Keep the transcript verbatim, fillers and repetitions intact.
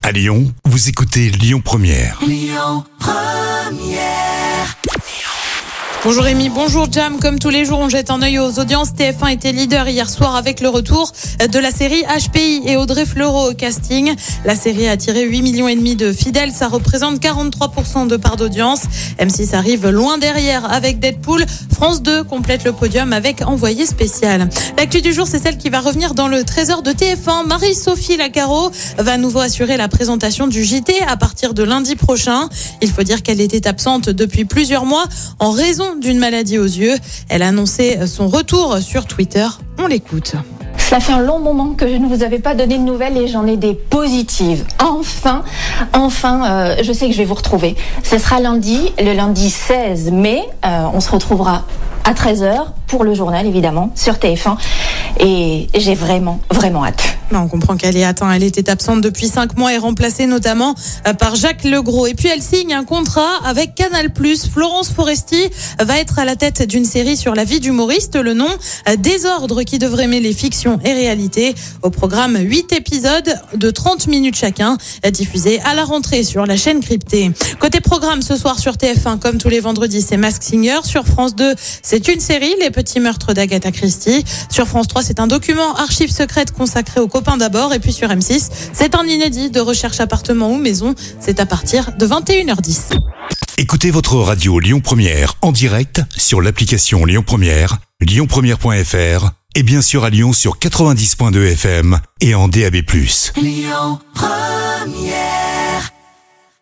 À Lyon, vous écoutez Lyon Première. Lyon Première. Bonjour Rémi, bonjour Jam. Comme tous les jours, on jette un œil aux audiences. T F un était leader hier soir avec le retour de la série H P I et Audrey Fleurot au casting. La série a attiré huit millions et demi de fidèles. Ça représente quarante-trois pour cent de part d'audience. M six arrive loin derrière avec Deadpool. France deux complète le podium avec Envoyé spécial. L'actu du jour, c'est celle qui va revenir dans le trésor de T F un. Marie-Sophie Lacaro va à nouveau assurer la présentation du J T à partir de lundi prochain. Il faut dire qu'elle était absente depuis plusieurs mois en raison d'une maladie aux yeux. Elle a annoncé son retour sur Twitter. On l'écoute. Cela fait un long moment que je ne vous avais pas donné de nouvelles et j'en ai des positives. Enfin, enfin, euh, je sais que je vais vous retrouver. Ce sera lundi, le lundi seize mai. Euh, on se retrouvera à treize heures pour le journal, évidemment, sur T F un. Et j'ai vraiment, vraiment hâte. On comprend qu'elle est atteinte. Elle était absente depuis cinq mois et remplacée notamment par Jacques Legros. Et puis elle signe un contrat avec Canal plus. Florence Foresti va être à la tête d'une série sur la vie d'humoriste. Le nom, Désordre, qui devrait mêler fiction et réalité. Au programme, huit épisodes de trente minutes chacun, diffusés à la rentrée sur la chaîne cryptée. Côté programme, ce soir sur T F un, comme tous les vendredis, c'est Masked Singer. Sur France deux, c'est une série, Les Petits Meurtres d'Agatha Christie. Sur France trois, c'est un document archives secrètes consacré aux copains d'abord. Et puis sur M six, c'est un inédit de recherche appartement ou maison. C'est à partir de vingt et une heures dix. Écoutez votre radio Lyon Première en direct sur l'application Lyon Première, lyon première point f r et bien sûr à Lyon sur quatre-vingt-dix point deux F M et en D A B plus. Lyon Première.